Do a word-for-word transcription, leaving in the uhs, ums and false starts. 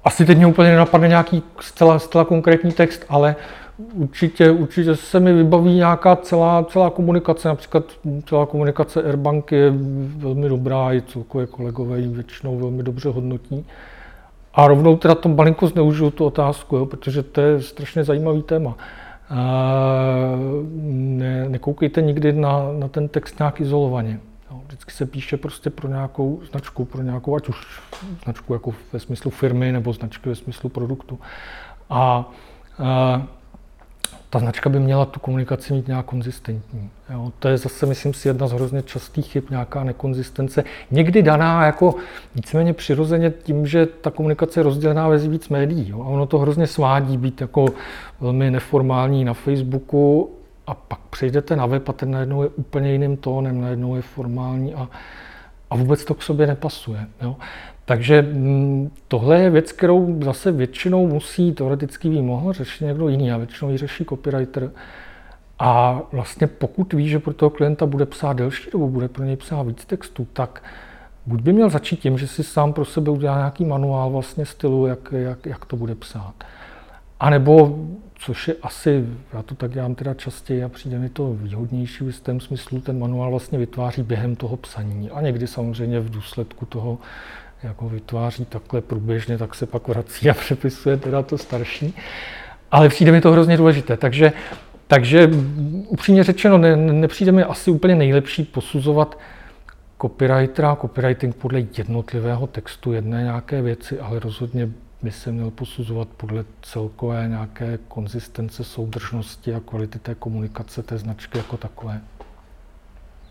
Asi teď mě úplně nenapadne nějaký zcela, zcela konkrétní text, ale určitě, určitě se mi vybaví nějaká celá, celá komunikace, například celá komunikace Airbank je velmi dobrá, i celkově kolegové ji většinou velmi dobře hodnotí. A rovnou teda to malinko zneužiju tu otázku, jo, protože to je strašně zajímavý téma. Ne, nekoukejte nikdy na, na ten text nějak izolovaně. Jo. Vždycky se píše prostě pro nějakou značku, pro nějakou, ať už značku jako ve smyslu firmy nebo značky ve smyslu produktu. A, a ta značka by měla tu komunikaci mít nějak konzistentní. Jo. To je zase, myslím si, jedna z hrozně častých chyb, nějaká nekonzistence. Někdy daná jako víceméně přirozeně tím, že ta komunikace je rozdělená mezi víc médií. Jo. A ono to hrozně svádí být jako velmi neformální na Facebooku a pak přejdete na web a ten najednou je úplně jiným tónem, najednou je formální a, a vůbec to k sobě nepasuje. Jo. Takže tohle je věc, kterou zase většinou musí, teoreticky by mohl řešit někdo jiný a většinou ji řeší copywriter. A vlastně pokud ví, že pro toho klienta bude psát delší dobu, bude pro něj psát víc textů, tak buď by měl začít tím, že si sám pro sebe udělá nějaký manuál vlastně stylu, jak, jak, jak to bude psát. A nebo, což je asi, já to tak dělám teda častěji a přijde mi to výhodnější v jistém smyslu, ten manuál vlastně vytváří během toho psaní a někdy samozřejmě v důsledku toho, jak ho vytváří takhle průběžně, tak se pak vrací a přepisuje teda to starší. Ale přijde mi to hrozně důležité, takže, takže upřímně řečeno, ne, nepřijde mi asi úplně nejlepší posuzovat copywritera, copywriting podle jednotlivého textu jedné nějaké věci, ale rozhodně by se měl posuzovat podle celkové nějaké konzistence, soudržnosti a kvality té komunikace té značky jako takové.